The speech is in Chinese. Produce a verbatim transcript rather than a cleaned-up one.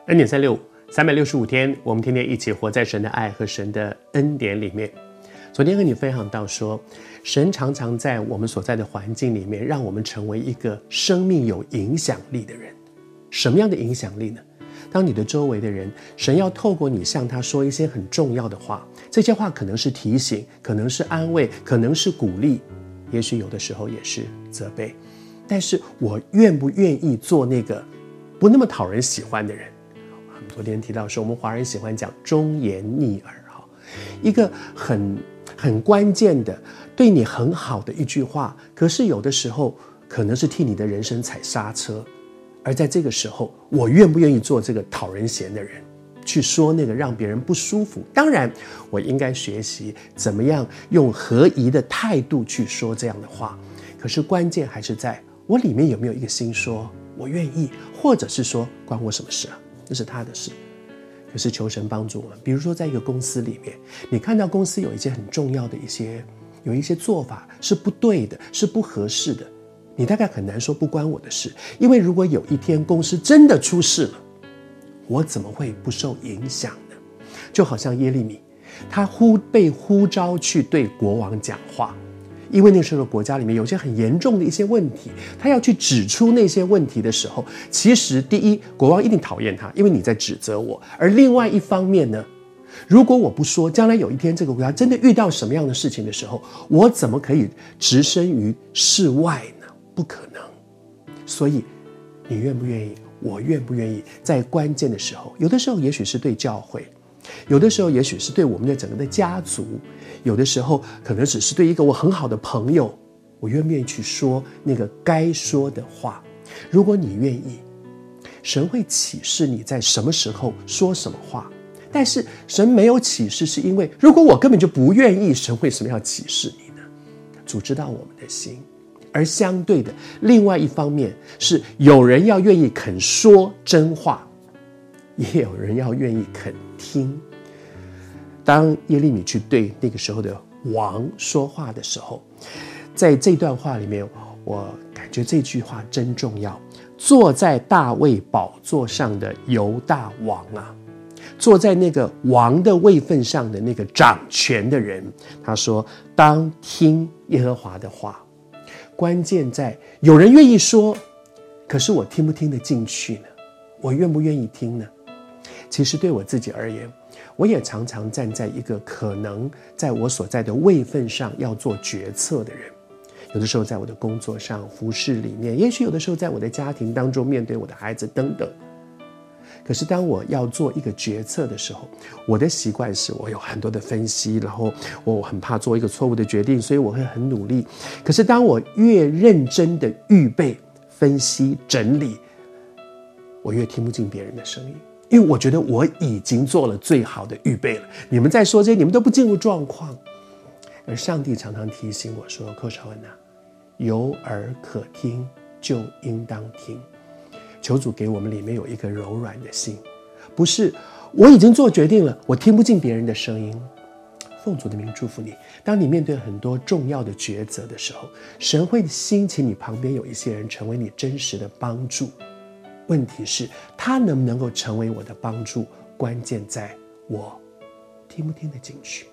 恩典三六五，三百六十五天，我们天天一起活在神的爱和神的恩典里面。昨天和你分享到说，神常常在我们所在的环境里面，让我们成为一个生命有影响力的人。什么样的影响力呢？当你的周围的人，神要透过你向他说一些很重要的话，这些话可能是提醒，可能是安慰，可能是鼓励，也许有的时候也是责备。但是我愿不愿意做那个不那么讨人喜欢的人？我们昨天提到说，我们华人喜欢讲忠言逆耳，一个很很关键的对你很好的一句话，可是有的时候可能是替你的人生踩刹车。而在这个时候，我愿不愿意做这个讨人嫌的人，去说那个让别人不舒服？当然我应该学习怎么样用合宜的态度去说这样的话，可是关键还是在我里面有没有一个心说我愿意，或者是说关我什么事啊，这是他的事。可是求神帮助我们，比如说在一个公司里面，你看到公司有一些很重要的一些有一些做法是不对的，是不合适的，你大概很难说不关我的事。因为如果有一天公司真的出事了，我怎么会不受影响呢？就好像耶利米，他呼被呼召去对国王讲话，因为那时候国家里面有些很严重的一些问题，他要去指出那些问题的时候，其实第一，国王一定讨厌他，因为你在指责我。而另外一方面呢，如果我不说，将来有一天这个国家真的遇到什么样的事情的时候，我怎么可以置身于事外呢？不可能。所以你愿不愿意，我愿不愿意，在关键的时候，有的时候也许是对教会，有的时候也许是对我们的整个的家族，有的时候可能只是对一个我很好的朋友，我愿不愿意去说那个该说的话？如果你愿意，神会启示你在什么时候说什么话。但是神没有启示，是因为如果我根本就不愿意，神为什么要启示你呢？主知道我们的心。而相对的，另外一方面是有人要愿意肯说真话，也有人要愿意肯听。当耶利米去对那个时候的王说话的时候，在这段话里面，我感觉这句话真重要。坐在大卫宝座上的犹大王啊，坐在那个王的位分上的那个掌权的人，他说当听耶和华的话。关键在有人愿意说，可是我听不听得进去呢？我愿不愿意听呢？其实对我自己而言，我也常常站在一个可能在我所在的位分上要做决策的人。有的时候在我的工作上、服事里面，也许有的时候在我的家庭当中，面对我的孩子等等。可是当我要做一个决策的时候，我的习惯是我有很多的分析，然后我很怕做一个错误的决定，所以我会很努力。可是当我越认真的预备、分析、整理，我越听不进别人的声音，因为我觉得我已经做了最好的预备了。你们在说这些，你们都不进入状况。而上帝常常提醒我说：“寇绍恩啊，有耳可听，就应当听。”求主给我们里面有一个柔软的心，不是我已经做决定了，我听不进别人的声音。奉主的名祝福你，当你面对很多重要的抉择的时候，神会兴起你旁边有一些人成为你真实的帮助。问题是他能不能够成为我的帮助，关键在我听不听得进去。